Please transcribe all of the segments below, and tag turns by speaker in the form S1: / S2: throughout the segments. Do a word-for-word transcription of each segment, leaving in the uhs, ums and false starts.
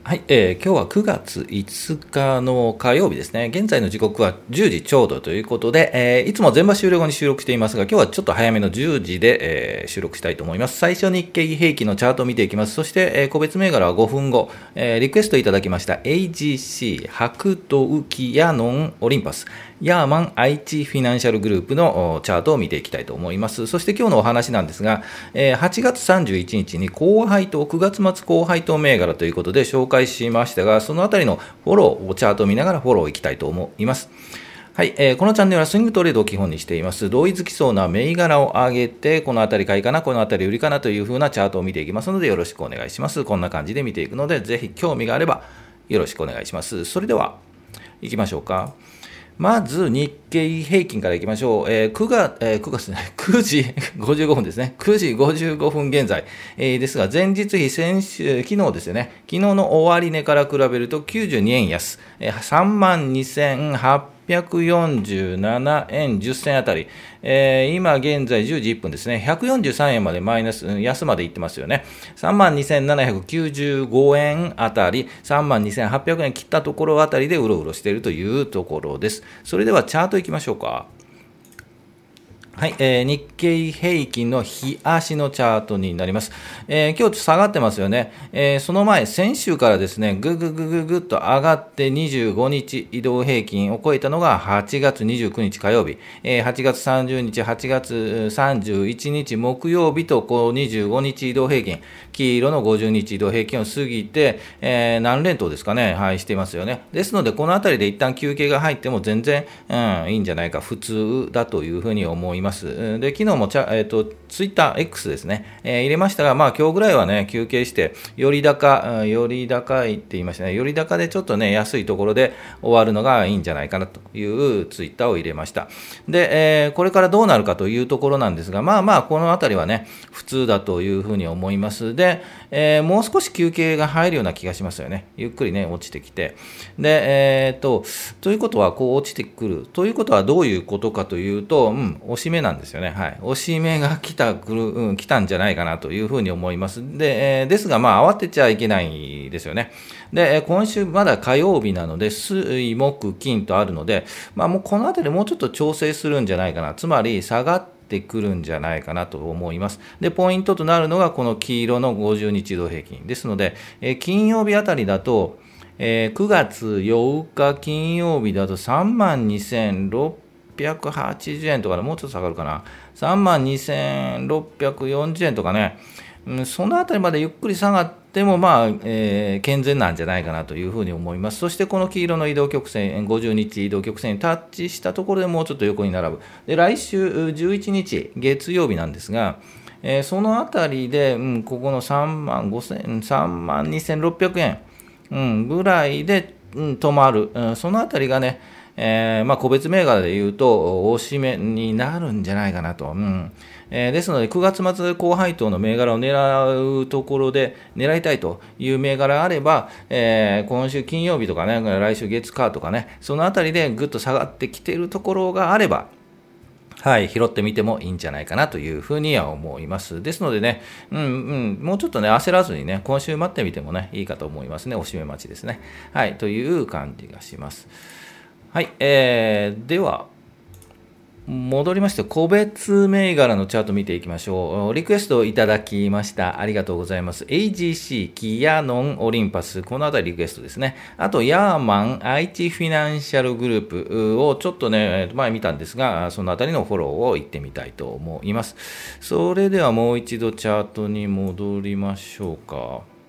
S1: はい、えー、今日はくがついつかの火曜日ですね。現在の時刻はじゅうじちょうどということで、えー、いつも全場終了後に収録していますが、今日はちょっと早めのじゅうじで、えー、収録したいと思います。最初に日経平均のチャートを見ていきます。そして、えー、個別銘柄はごふんご、えー、リクエストいただきました エージーシー、白土キヤノンオリンパス、ヤーマン愛知フィナンシャルグループのチャートを見ていきたいと思います。そして今日のお話なんですが、はちがつさんじゅういちにちに高配当、くがつ末高配当銘柄ということで紹介しましたが、そのあたりのフォローをチャートを見ながらフォローいきたいと思います。はい、えー、このチャンネルはスイングトレードを基本にしています。同意づきそうな銘柄を上げて、このあたり買いかな、このあたり売りかなという風なチャートを見ていきますので、よろしくお願いします。こんな感じで見ていくので、ぜひ興味があればよろしくお願いします。それでは行きましょうか。まず日経平均からいきましょう。えー、9月、えー、9月ね、くじごじゅうごふんですね。くじごじゅうごふん現在、えー、ですが、前日比先週、昨日ですよね。昨日の終値から比べるときゅうじゅうにえん安、えー、さんまんにせんはっぴゃくよんじゅうななえんじゅっせんあたり、えー、今現在じゅうじいっぷんですね。ひゃくよんじゅうさんえんまでマイナス、安までいってますよね。さんまんにせんななひゃくきゅうじゅうごえんあたり、さんまんにせんはっぴゃくえん切ったところあたりでうろうろしているというところです。それではチャートいきましょうか。はい、えー、日経平均の日足のチャートになります。えー、今日下がってますよね。えー、その前、先週からですね、ぐぐぐぐぐっと上がってにじゅうごにち移動平均を超えたのがはちがつにじゅうくにち火曜日、えー、はちがつさんじゅうにち、はちがつさんじゅういちにち木曜日とこうにじゅうごにち移動平均、黄色のごじゅうにち移動平均を過ぎて、えー、何連投ですかね、はい、していますよね。ですので、このあたりで一旦休憩が入っても全然、うん、いいんじゃないか、普通だというふうに思います。で、昨日もチャ、えーと、ツイッター X ですね、えー、入れましたが、まあ今日ぐらいはね、休憩して、より高、より高いって言いましたね、より高でちょっとね、安いところで終わるのがいいんじゃないかなというツイッターを入れました。で、えー、これからどうなるかというところなんですが、まあまあ、このあたりはね、普通だというふうに思います。で、えー、もう少し休憩が入るような気がしますよね。ゆっくりね、落ちてきて。で、えーと、ということは、こう落ちてくる。ということはどういうことかというと、うん、押し目なんですよね。はい。押し目が来た、来る、うん、来たんじゃないかなというふうに思います。で、えー、ですが、まあ、慌てちゃいけないですよね。で、今週まだ火曜日なので、水、木、金とあるので、まあ、もうこのあたりもうちょっと調整するんじゃないかな。つまり、下がっててくるんじゃないかなと思います。で、ポイントとなるのがこの黄色のごじゅうにち移動平均ですので、えー、金曜日あたりだと、えー、くがつようか金曜日だと さんまんにせんろっぴゃくはちじゅうえんとかでもうちょっと下がるかな。さんまんにせんろっぴゃくよんじゅうえんとかね。うん、そのあたりまでゆっくり下がっても、まあ、えー、健全なんじゃないかなというふうに思います。そしてこの黄色の移動曲線、ごじゅうにち移動曲線にタッチしたところでもうちょっと横に並ぶ。で、来週じゅういちにち、月曜日なんですが、えー、そのあたりで、うん、ここのさんまんごせん、さんまんにせんろっぴゃくえん、うん、ぐらいで、うん、止まる。うん、そのあたりがね、えーまあ、個別銘柄で言うと、大しめになるんじゃないかなと。うんえー、ですので、くがつ末高配当の銘柄を狙うところで、狙いたいという銘柄があれば、えー、今週金曜日とかね、来週月火とかね、そのあたりでぐっと下がってきているところがあれば、はい、拾ってみてもいいんじゃないかなというふうには思います。ですのでね、うんうん、もうちょっとね、焦らずにね、今週待ってみてもね、いいかと思いますね。おしめ待ちですね。はい、という感じがします。はい、えー、では、戻りまして、個別銘柄のチャート見ていきましょう。リクエストをいただきました。ありがとうございます。エージーシー、キヤノン、オリンパス。このあたりリクエストですね。あと、ヤーマン、愛知フィナンシャルグループをちょっとね、前見たんですが、そのあたりのフォローを言ってみたいと思います。それではもう一度チャートに戻りましょうか。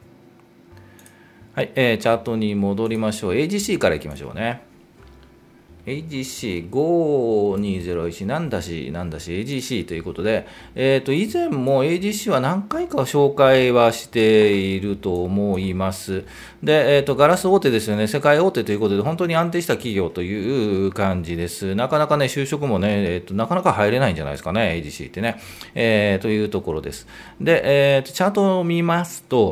S1: はい、えー、チャートに戻りましょう。エージーシー からいきましょうね。エージーシーごにーぜろいち なんだし、なんだし、エージーシー ということで、えっと、以前も エージーシー は何回か紹介はしていると思います。で、えっと、ガラス大手ですよね。世界大手ということで、本当に安定した企業という感じです。なかなかね、就職もね、えっと、なかなか入れないんじゃないですかね、エージーシー ってね。えー、というところです。で、えっと、チャートを見ますと、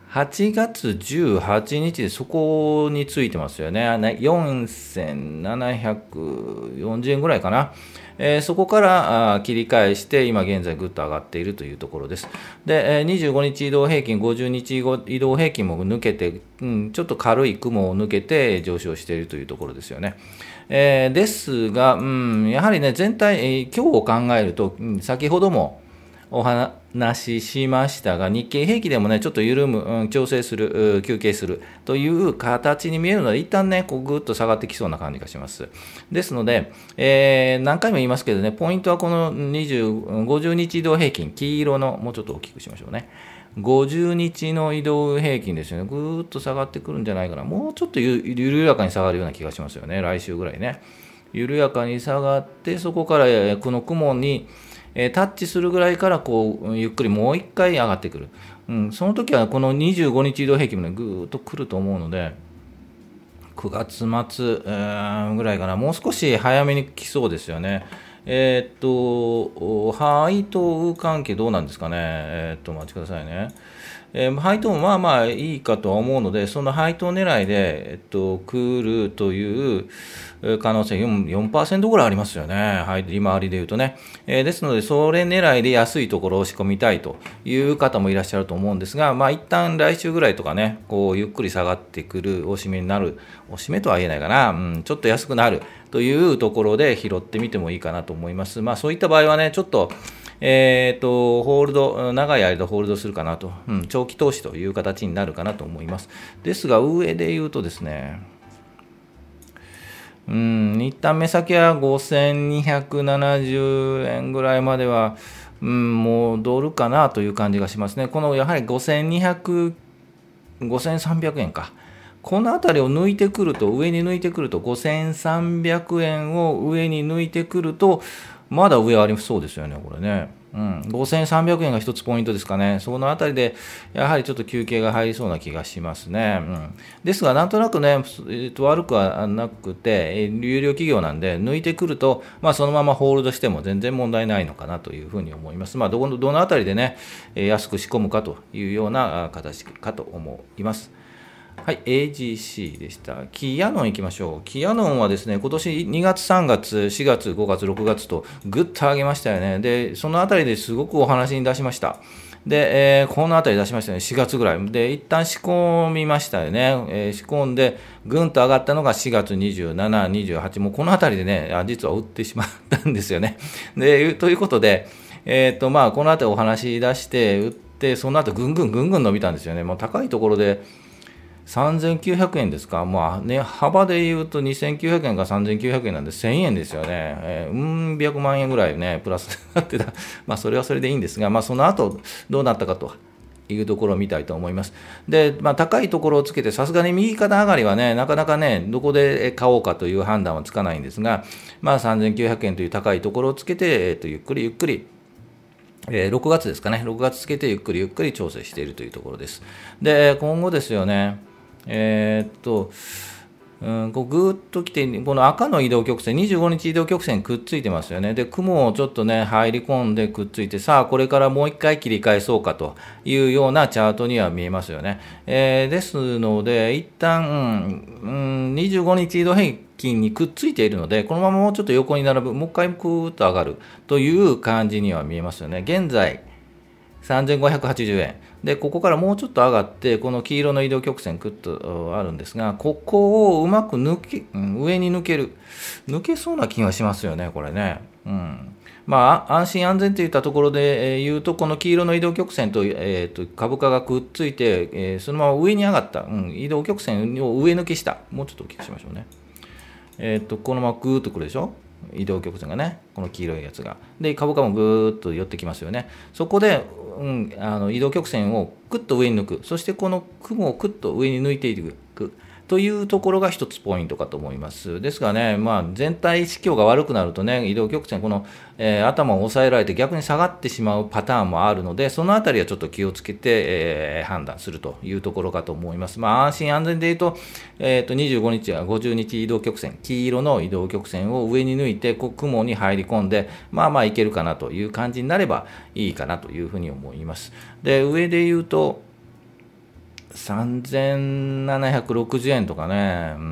S1: はちがつじゅうはちにちでそこについてますよね。よんせんななひゃくよんじゅうえんぐらいかな。えー、そこからあ切り返して、今現在ぐっと上がっているというところです。で、えー、にじゅうごにち移動平均、ごじゅうにち移動平均も抜けて、うん、ちょっと軽い雲を抜けて上昇しているというところですよね。えー、ですが、うん、やはりね、全体、えー、今日を考えると、うん、先ほども、お話ししましたが、日経平均でもね、ちょっと緩む、うん、調整する、休憩するという形に見えるので、一旦ね、こうぐっと下がってきそうな感じがします。ですので、えー、何回も言いますけどね、ポイントはこのにじゅう、ごじゅうにち移動平均、黄色の、もうちょっと大きくしましょうね。ごじゅうにちの移動平均ですよね、ぐーっと下がってくるんじゃないかな、もうちょっとゆ緩やかに下がるような気がしますよね、来週ぐらいね。緩やかに下がって、そこからこの雲に、タッチするぐらいからこうゆっくりもう一回上がってくる、うん、その時はこのにじゅうごにち移動平均も、ね、ぐーっとくると思うので、くがつ末、えー、ぐらいかな、もう少し早めに来そうですよね。えー、っと、配当関係どうなんですかね、えー、っと、お待ちくださいね。えー、配当もまあまあいいかとは思うので、その配当狙いで、えっと、来るという可能性 4%, よんパーセントぐらいありますよね。はい、利回りでいうとね。えー、ですので、それ狙いで安いところを仕込みたいという方もいらっしゃると思うんですが、まあ一旦来週ぐらいとかね、こうゆっくり下がってくる、おしめになる、おしめとは言えないかな、うん、ちょっと安くなるというところで拾ってみてもいいかなと思います。まあそういった場合はね、ちょっと、えーと、ホールド、長い間ホールドするかなと、うん、長期投資という形になるかなと思います。ですが、上で言うとですね、うん、一旦目先はごせんにひゃくななじゅうえんぐらいまでは、うん、戻るかなという感じがしますね。このやはりごせんにひゃく、ごせんさんびゃくえんか。このあたりを抜いてくると、上に抜いてくると、ごせんさんびゃくえんを上に抜いてくると、まだ上ありそうですよね、これね。うん、ごせんさんびゃくえんが一つポイントですかね。そのあたりで、やはりちょっと休憩が入りそうな気がしますね。うん、ですが、なんとなくね、えー、と悪くはなくて、有料企業なんで、抜いてくると、まあ、そのままホールドしても全然問題ないのかなというふうに思います。まあ、どこの、どのあたりでね、安く仕込むかというような形かと思います。はい、エージーシー でした。キヤノン行きましょう。キヤノンはですね、今年にがつ、さんがつ、しがつ、ごがつ、ろくがつとぐっと上げましたよね。で、そのあたりですごくお話に出しました。で、えー、このあたり出しましたね。しがつぐらい。で、一旦仕込みましたよね。えー、仕込んで、ぐんと上がったのがしがつにじゅうしち、にじゅうはち、もうこのあたりでね、実は売ってしまったんですよね。で、ということで、えっと、まあ、このあたりお話し出して、売って、その後ぐんぐんぐんぐん伸びたんですよね。もう高いところで、さんぜんきゅうひゃくえんですか、まあね、幅で言うとにせんきゅうひゃくえんがさんぜんきゅうひゃくえんなんでせんえんですよね、えー、うん、ひゃくまんえんぐらいね、プラスになってた、まあそれはそれでいいんですが、まあその後どうなったかというところを見たいと思います。で、まあ高いところをつけて、さすがに右肩上がりはね、なかなかね、どこで買おうかという判断はつかないんですが、まあさんぜんきゅうひゃくえんという高いところをつけて、えー、とゆっくりゆっくり、えー、ろくがつですかね、ろくがつつけてゆっくりゆっくり調整しているというところです。で、今後ですよね、えー、っと、うん、こうぐーっと来て、この赤の移動曲線、にじゅうごにち移動曲線くっついてますよね。で、雲をちょっとね、入り込んでくっついて、さあ、これからもう一回切り返そうかというようなチャートには見えますよね。えー、ですので、一旦、うん、にじゅうごにち移動平均にくっついているので、このままもうちょっと横に並ぶ、もう一回くーっと上がるという感じには見えますよね。現在、さんぜんごひゃくはちじゅうえん。で、ここからもうちょっと上がって、この黄色の移動曲線くっとあるんですが、ここをうまく抜け、上に抜ける。抜けそうな気がしますよね、これね。うん。まあ、安心安全といったところで言うと、この黄色の移動曲線と、えー、と株価がくっついて、えー、そのまま上に上がった、うん、移動曲線を上抜きした。もうちょっと大きくしましょうね。えっ、ー、と、このままぐーっとくるでしょ。移動曲線がね、この黄色いやつが。で、株価もぐーっと寄ってきますよね。そこで、うん、あの移動曲線をくっと上に抜く。そしてこの雲をくっと上に抜いていく。というところが一つポイントかと思います。ですがね、まあ、全体指標が悪くなるとね、移動曲線、この、えー、頭を押さえられて逆に下がってしまうパターンもあるので、そのあたりはちょっと気をつけて、えー、判断するというところかと思います。まあ、安心安全で言うと、えー、とにじゅうごにちはごじゅうにち移動曲線、黄色の移動曲線を上に抜いて、こう雲に入り込んで、まあまあいけるかなという感じになればいいかなというふうに思います。で、上で言うと、 さんぜんななひゃくろくじゅうえんとかね、うん、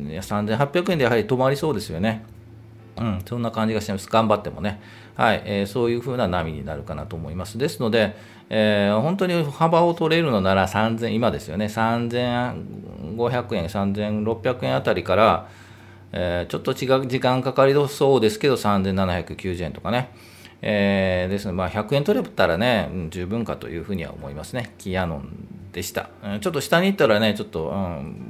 S1: いやさんぜんはっぴゃくえんでやはり止まりそうですよね。うん、そんな感じがします。頑張ってもね。はい、えー、そういう風な波になるかなと思います。ですので、えー、本当に幅を取れるのならさんぜん、今ですよね、さんぜんごひゃくえん、さんぜんろっぴゃくえんあたりから、えー、ちょっと違う時間かかりそうですけど、さんぜんななひゃくきゅうじゅうえんとかね。えー、ですので、まあ、ひゃくえん取れたらね、うん、十分かというふうには思いますね。キヤノンでした。ちょっと下に行ったらね、ちょっと、うん、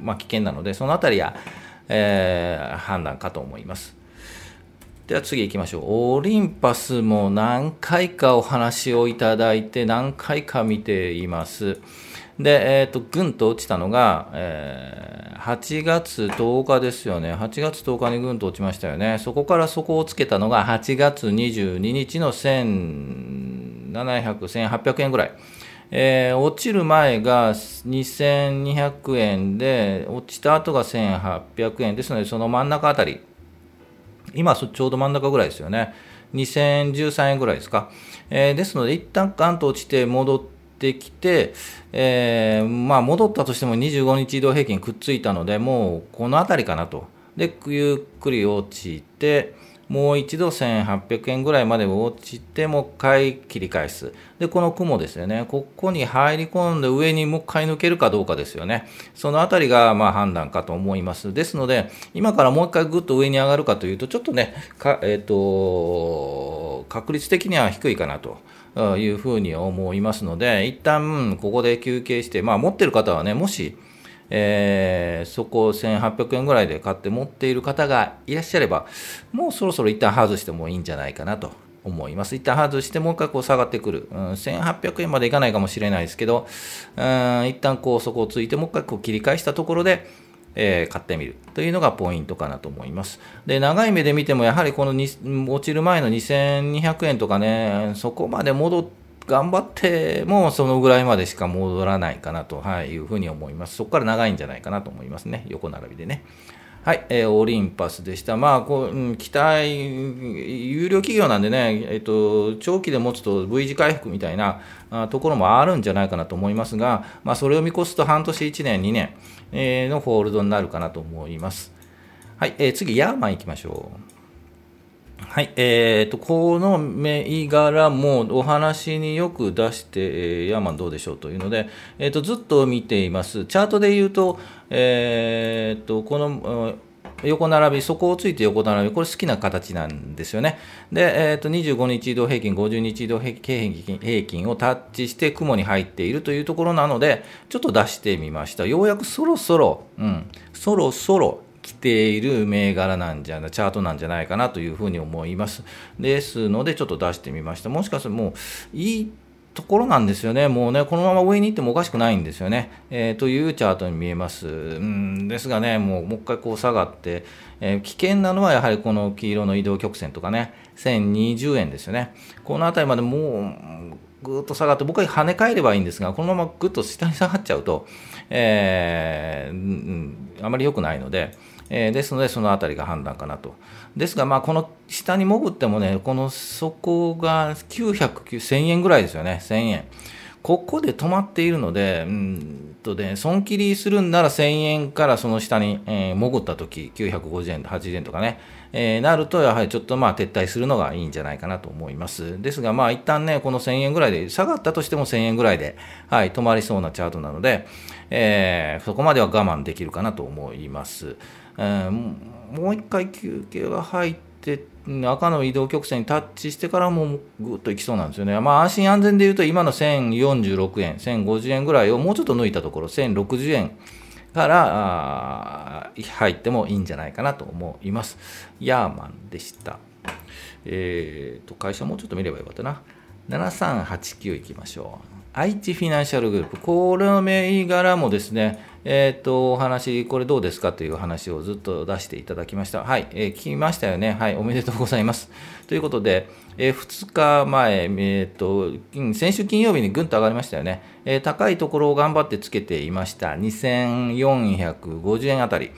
S1: まあ、危険なので、そのあたりは、えー、判断かと思います。では次行きましょう。オリンパスも何回かお話をいただいて、何回か見ています。で、えっと、ぐんと落ちたのが、えー、はちがつとおかですよね。はちがつとおかにぐんと落ちましたよね。そこから底をつけたのがはちがつにじゅうににちのせんななひゃく、せんはっぴゃくえんぐらい。えー、落ちる前がにせんにひゃくえんで、落ちた後がせんはっぴゃくえんですので、その真ん中あたり。今、ちょうど真ん中ぐらいですよね。にせんじゅうさんえんぐらいですか。えー、ですので、一旦ガンと落ちて戻ってきて、えー、まあ戻ったとしてもにじゅうごにち移動平均くっついたので、もうこの辺りかなと。で、ゆっくり落ちて、もう一度せんはっぴゃくえんぐらいまで落ちて、もう一回切り返す。で、この雲ですよね。ここに入り込んで上にもう一回抜けるかどうかですよね。そのあたりがまあ判断かと思います。ですので、今からもう一回ぐっと上に上がるかというと、ちょっとね、かえっと、確率的には低いかなと。いうふうに思いますので、一旦ここで休憩して、まあ持ってる方はね、もし、えー、そこをせんはっぴゃくえんぐらいで買って持っている方がいらっしゃれば、もうそろそろ一旦外してもいいんじゃないかなと思います。一旦外してもう一回こう下がってくる。うん、せんはっぴゃくえんまでいかないかもしれないですけど、うん、一旦こうそこをついてもう一回こう切り返したところで、えー、買ってみるというのがポイントかなと思います。で、長い目で見てもやはりこのに落ちる前のにせんにひゃくえんとかね、そこまで戻って、頑張ってもそのぐらいまでしか戻らないかなと、はい、いうふうに思います。そこから長いんじゃないかなと思いますね。横並びでね。はい、えー、オリンパスでした。まあ、こう、うん、期待、有料企業なんでね、えっと、長期で持つと V 字回復みたいなあところもあるんじゃないかなと思いますが、まあ、それを見越すと半年、いちねん、にねん、えー、のホールドになるかなと思います。はい、えー、次、ヤーマン行きましょう。はい、えーと、この銘柄もお話によく出して、えー、ヤーマンどうでしょうというので、えーと、ずっと見ています。チャートで言うと、えーと、この、横並び、底をついて横並び、これ好きな形なんですよね。で、えーと、にじゅうごにち移動平均、ごじゅうにち移動平均平均をタッチして雲に入っているというところなので、ちょっと出してみました。ようやくそろそろ、うん、そろそろ、来ている銘柄なんじゃなチャートなんじゃないかなというふうに思います。ですのでちょっと出してみました。もしかするともういいところなんですよね。もうねこのまま上に行ってもおかしくないんですよね。えー、というチャートに見えます。うんですがねもうもう一回こう下がって、えー、危険なのはやはりこの黄色の移動曲線とかねせんにじゅうえんですよね。この辺りまでもうぐーっと下がって僕は跳ね返ればいいんですがこのままぐっと下に下がっちゃうと、えーうん、あまり良くないので。えー、ですので、そのあたりが判断かなと。ですが、まあ、この下に潜ってもね、この底がきゅうひゃく、せんえんぐらいですよね、せんえん。ここで止まっているので、うんとね、損切りするんならせんえんからその下に、えー、潜ったとき、きゅうひゃくごじゅうえん、はちじゅうえんとかね、えー、なると、やはりちょっとまあ撤退するのがいいんじゃないかなと思います。ですが、まあ一旦ね、このせんえんぐらいで、下がったとしてもせんえんぐらいで、はい、止まりそうなチャートなので、えー、そこまでは我慢できるかなと思います。えー、もう一回休憩が入って、赤の移動曲線にタッチしてからもうぐっといきそうなんですよね。まあ安心安全で言うと今のせんよんじゅうろくえん、せんごじゅうえんぐらいをもうちょっと抜いたところ、せんろくじゅうえんから入ってもいいんじゃないかなと思います。ヤーマンでした。えーと、会社もうちょっと見ればよかったな。ななさんはちきゅういきましょう。愛知フィナンシャルグループ。これの銘柄もですね、えっと、お話、これどうですかという話をずっと出していただきました。はい、えー、聞きましたよね。はい、おめでとうございます。ということで、えー、ふつかまえ、えっと、先週金曜日にぐんと上がりましたよね。えー、高いところを頑張ってつけていました。にせんよんひゃくごじゅうえんあたり。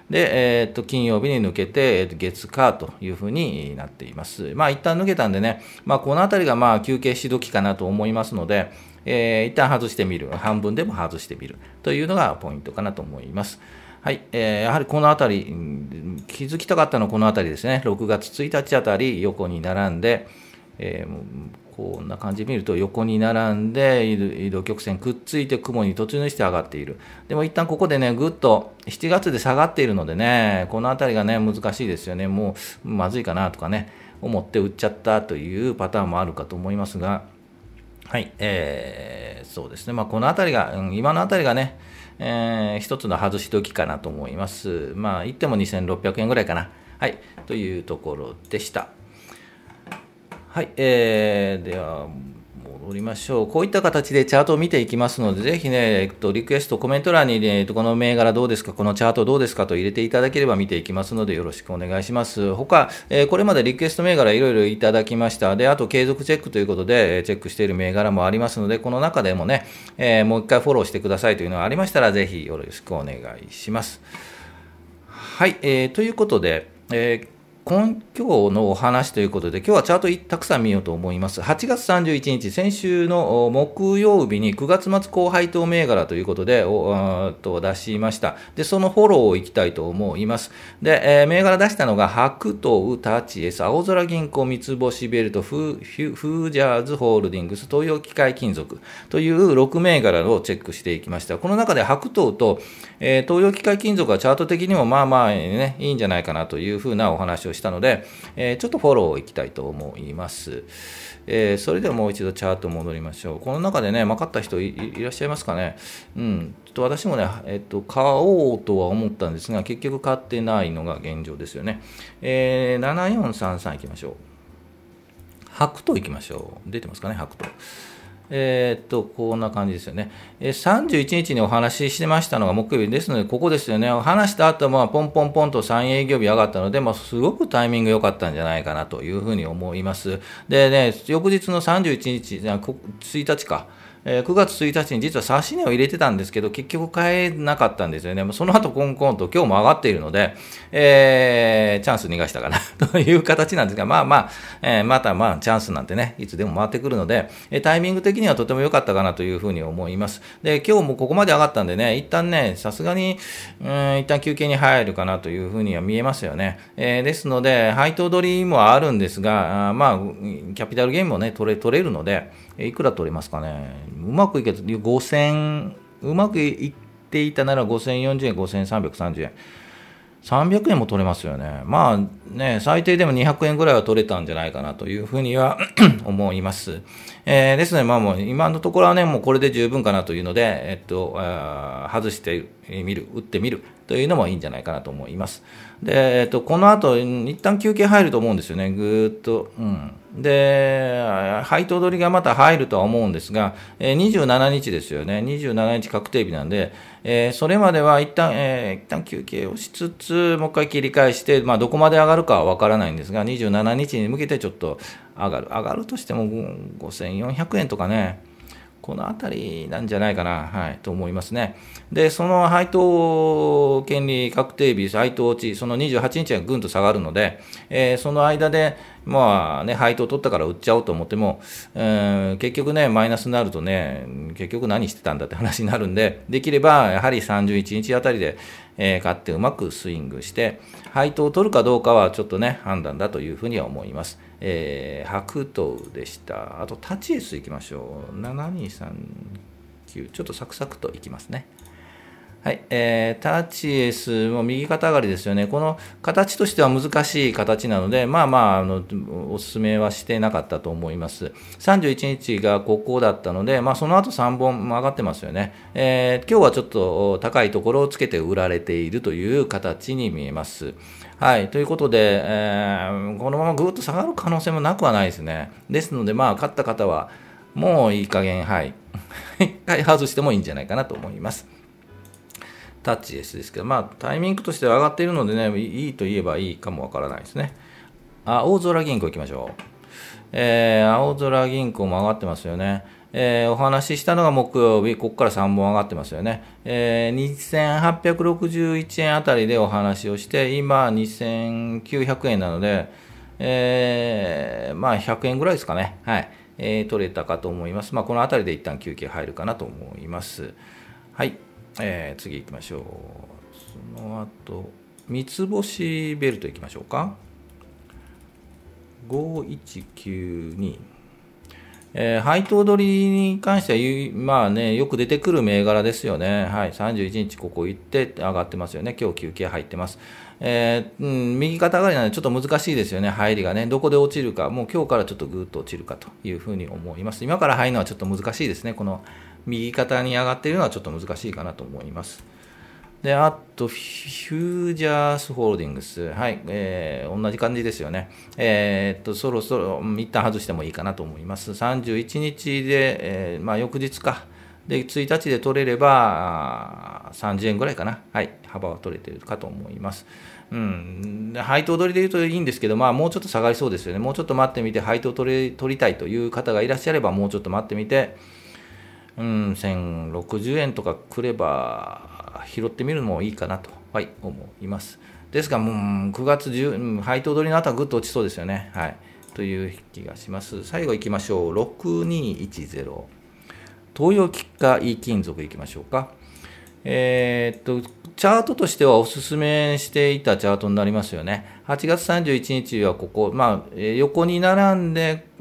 S1: で、えー、っと金曜日に抜けて、月火というふうになっています。まあ一旦抜けたんでね、まあこのあたりがまあ休憩し時かなと思いますので、えー、一旦外してみる、半分でも外してみるというのがポイントかなと思います。はい、えー、やはりこのあたり、気づきたかったのはこのあたりですね、ろくがつついたちあたり横に並んで、えー、こんな感じで見ると横に並んで移動曲線くっついて雲に突入して上がっている。でも一旦ここでねぐっとしちがつで下がっているのでね、このあたりがね難しいですよね。もうまずいかなとかね思って売っちゃったというパターンもあるかと思いますが、はい、えー、そうですね、まあ、このあたりが、うん、今のあたりがね、えー、一つの外し時かなと思います。まあ言ってもにせんろっぴゃくえんぐらいかな、はい、というところでした。はい、えー、では戻りましょう。こういった形でチャートを見ていきますので、ぜひね、えっと、リクエスト、コメント欄に、ね、この銘柄どうですか、このチャートどうですかと入れていただければ見ていきますので、よろしくお願いします。他、えー、これまでリクエスト銘柄いろいろいただきました。で、あと継続チェックということで、チェックしている銘柄もありますので、この中でもね、えー、もう一回フォローしてくださいというのがありましたら、ぜひよろしくお願いします。はい、えー、ということで、えー今日のお話ということで、今日はチャートたくさん見ようと思います。はちがつさんじゅういちにち、先週の木曜日にくがつ末高配当銘柄ということでおと出しました。で、そのフォローをいきたいと思います。で、えー、銘柄出したのが、白東、タチエス、青空銀行、三ツ星ベルト、フー、フージャーズホールディングス、東洋機械金属というろく銘柄をチェックしていきました。この中で白東と、えー、東洋機械金属はチャート的にもまあまあね、いいんじゃないかなというふうなお話をしたので、えー、ちょっとフォローをいきたいと思います。えー、それではもう一度チャート戻りましょう。この中でね、分かった人 い, いらっしゃいますかね。うん、ちょっと私もね、えっと、買おうとは思ったんですが、結局買ってないのが現状ですよね。えー、ななよんさんさんいきましょう。白東いきましょう。出てますかね、白東。えー、っと、こんな感じですよね。さんじゅういちにちにお話ししてましたのが木曜日ですので、ここですよね。話した後はポンポンポンとさん営業日上がったので、まあ、すごくタイミング良かったんじゃないかなというふうに思います。でね、翌日のさんじゅういちにち、ついたちか。くがつついたちに実は指値を入れてたんですけど、結局買えなかったんですよね。その後コンコンと今日も上がっているので、えー、チャンス逃がしたかなという形なんですが、まあまあ、えー、またまあチャンスなんてね、いつでも回ってくるので、タイミング的にはとても良かったかなというふうに思います。で、今日もここまで上がったんでね、一旦ね、さすがに、うん、一旦休憩に入るかなというふうには見えますよね。えー、ですので、配当取りもあるんですが、あまあ、キャピタルゲインもね、取れ、取れるので、いくら取れますかね。うまくいけばごせん、うまくいっていたならごせんよんじゅうえん、ごせんさんびゃくさんじゅうえん。さんびゃくえんも取れますよね。まあね、最低でもにひゃくえんぐらいは取れたんじゃないかなというふうには思います。えー、ですので、まあもう今のところはね、もうこれで十分かなというので、えっと、外してみる、打ってみるというのもいいんじゃないかなと思います。で、えっと、この後、一旦休憩入ると思うんですよね。ぐーっと。うん。で、配当取りがまた入るとは思うんですが、にじゅうしちにちですよね。にじゅうしちにち確定日なんで、えー、それまでは一旦、えー、一旦休憩をしつつ、もう一回切り返して、まあ、どこまで上がるかはわからないんですが、にじゅうしちにちに向けてちょっと上がる。上がるとしてもごせんよんひゃくえんとかね、このあたりなんじゃないかな、はい、と思いますね。で、その配当権利確定日、配当落ち、そのにじゅうはちにちはぐんと下がるので、えー、その間で、まあね、配当取ったから売っちゃおうと思っても、えー、結局ね、マイナスになるとね、結局何してたんだって話になるんで、できれば、やはりさんじゅういちにちあたりで、えー、買ってうまくスイングして、配当を取るかどうかはちょっとね、判断だというふうには思います。えー、白東でした。あと、タチエスいきましょう。ななにさんきゅう、ちょっとサクサクといきますね。はい、えー、タチエスも右肩上がりですよね。この形としては難しい形なので、まあまあ、あの、お勧めはしてなかったと思います。さんじゅういちにちがここだったので、まあその後さんぼん上がってますよね。えー、今日はちょっと高いところをつけて売られているという形に見えます。はい。ということで、えー、このままぐーっと下がる可能性もなくはないですね。ですので、まあ、買った方は、もういい加減、はい。一回外してもいいんじゃないかなと思います。タッチエスですけど、まあ、タイミングとしては上がっているのでね、いいと言えばいいかもわからないですね。あ、青空銀行行きましょう。えー、青空銀行も上がってますよね。 えー、お話ししたのが木曜日、ここからさんぼん上がってますよね。えー、にせんはっぴゃくろくじゅういちえんあたりでお話をして、今にせんきゅうひゃくえんなので、えー、まあひゃくえんぐらいですかね。はい。えー、取れたかと思います。まあこのあたりで一旦休憩入るかなと思います。はい。えー、次行きましょう。その後、三つ星ベルト行きましょうか。ごいちきゅうに。えー、配当取りに関しては、まあね、よく出てくる銘柄ですよね。はい。さんじゅういちにちここ行って上がってますよね。今日休憩入ってます。えー、うん、右肩上がりなのでちょっと難しいですよね。入りがね。どこで落ちるか。もう今日からちょっとぐーっと落ちるかというふうに思います。今から入るのはちょっと難しいですね。この右肩に上がっているのはちょっと難しいかなと思います。で、あと、フュージャースホールディングス。はい。えー、同じ感じですよね。えー、っと、そろそろ、一旦外してもいいかなと思います。さんじゅういちにちで、えー、まあ、翌日か。で、ついたちで取れれば、さんじゅうえんぐらいかな。はい。幅は取れているかと思います。うん。配当取りで言うといいんですけど、まあ、もうちょっと下がりそうですよね。もうちょっと待ってみて、配当取り、取りたいという方がいらっしゃれば、もうちょっと待ってみて、うん、せんろくじゅうえんとか来れば、拾ってみるのもいいかなと、はい、思います。ですが、もうくがつじゅう、配当取りの後はぐっと落ちそうですよね。はい。という気がします。最後行きましょう。ろくにいちゼロ。東洋機械金属行きましょうか。えー、っと、チャートとしてはお勧めしていたチャートになりますよね。はちがつさんじゅういちにちはここ、まあ、横に並んで、うん、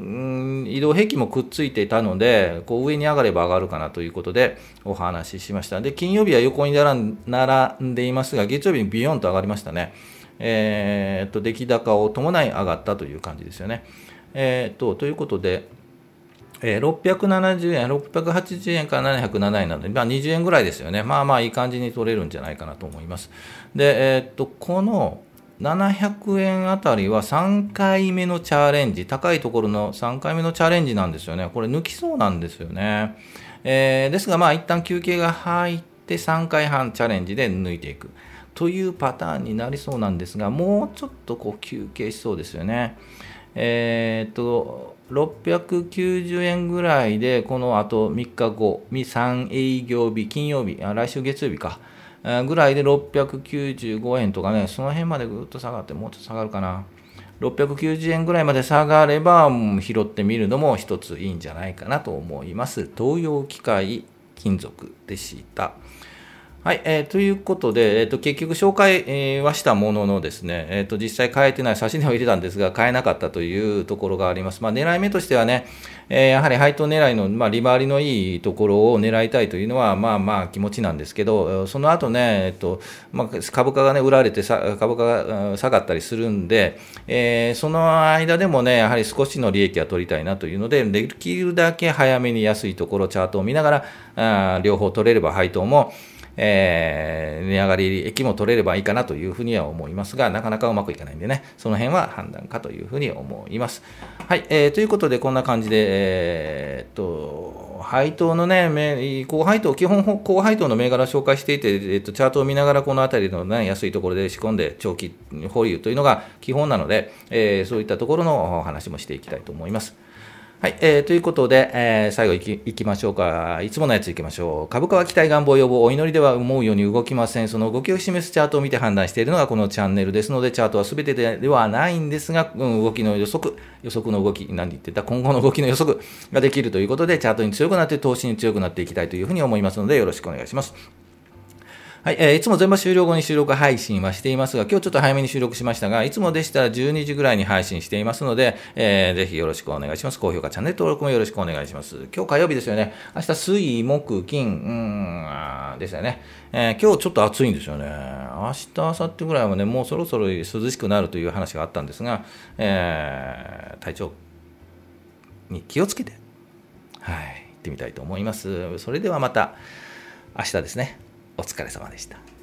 S1: 移動平均もくっついていたので、こう上に上がれば上がるかなということでお話ししました。で、金曜日は横に並んでいますが、月曜日にビヨンと上がりましたね。えー、っと、出来高を伴い上がったという感じですよね。えー、っと、ということで、えー、ろっぴゃくななじゅうえん、ろっぴゃくはちじゅうえんからななひゃくななえんなので、まあ、にじゅうえんぐらいですよね。まあまあいい感じに取れるんじゃないかなと思います。で、えー、っと、このななひゃくえんあたりはさんかいめのチャレンジ、高いところのさんかいめのチャレンジなんですよね。これ抜きそうなんですよね。えー、ですが、まあ一旦休憩が入ってさんかいはんチャレンジで抜いていくというパターンになりそうなんですが、もうちょっとこう休憩しそうですよね。えー、っと、ろっぴゃくきゅうじゅうえんぐらいで、このあとみっかご、さん営業日、金曜日、あ来週月曜日か、ぐらいでろっぴゃくきゅうじゅうごえんとかね、その辺までぐっと下がって、もうちょっと下がるかな。ろっぴゃくきゅうじゅうえんぐらいまで下がれば、拾ってみるのも一ついいんじゃないかなと思います。東洋機械金属でした。はい、えー、ということで、えー、と結局紹介、えー、はしたもののですね、えー、と実際買えてない、差し値を入れたんですが、買えなかったというところがあります。まあ、狙い目としてはね、えー、やはり配当狙いの、まあ、利回りのいいところを狙いたいというのは、まあまあ気持ちなんですけど、その後ね、えーとまあ、株価がね、売られてさ、株価が下がったりするんで、えー、その間でもね、やはり少しの利益は取りたいなというので、できるだけ早めに安いところ、チャートを見ながら、あ両方取れれば配当も、えー、値上がり益も取れればいいかなというふうには思いますが、なかなかうまくいかないんでね、その辺は判断かというふうに思います。はい、えー、ということで、こんな感じで、えー、っと、配当のね、高配当、基本高配当の銘柄を紹介していて、えー、っと、チャートを見ながらこのあたりの、ね、安いところで仕込んで長期保有というのが基本なので、えー、そういったところの話もしていきたいと思います。はい、えー、ということで、えー、最後いき、いきましょうか。いつものやついきましょう。株価は期待願望予防、お祈りでは思うように動きません。その動きを示すチャートを見て判断しているのがこのチャンネルですので、チャートは全てではないんですが、うん、動きの予測、予測の動き、何言ってた、今後の動きの予測ができるということで、チャートに強くなって、投資に強くなっていきたいというふうに思いますので、よろしくお願いします。はい、えー、いつも全場終了後に収録配信はしていますが、今日ちょっと早めに収録しましたが、いつもでしたらじゅうにじぐらいに配信していますので、えー、ぜひよろしくお願いします。高評価、チャンネル登録もよろしくお願いします。今日火曜日ですよね。明日水、木、金、うーん、ですよね。えー、今日ちょっと暑いんですよね。明日、明後日ぐらいはね、もうそろそろ涼しくなるという話があったんですが、えー、体調に気をつけて、はい、行ってみたいと思います。それではまた明日ですね。お疲れ様でした。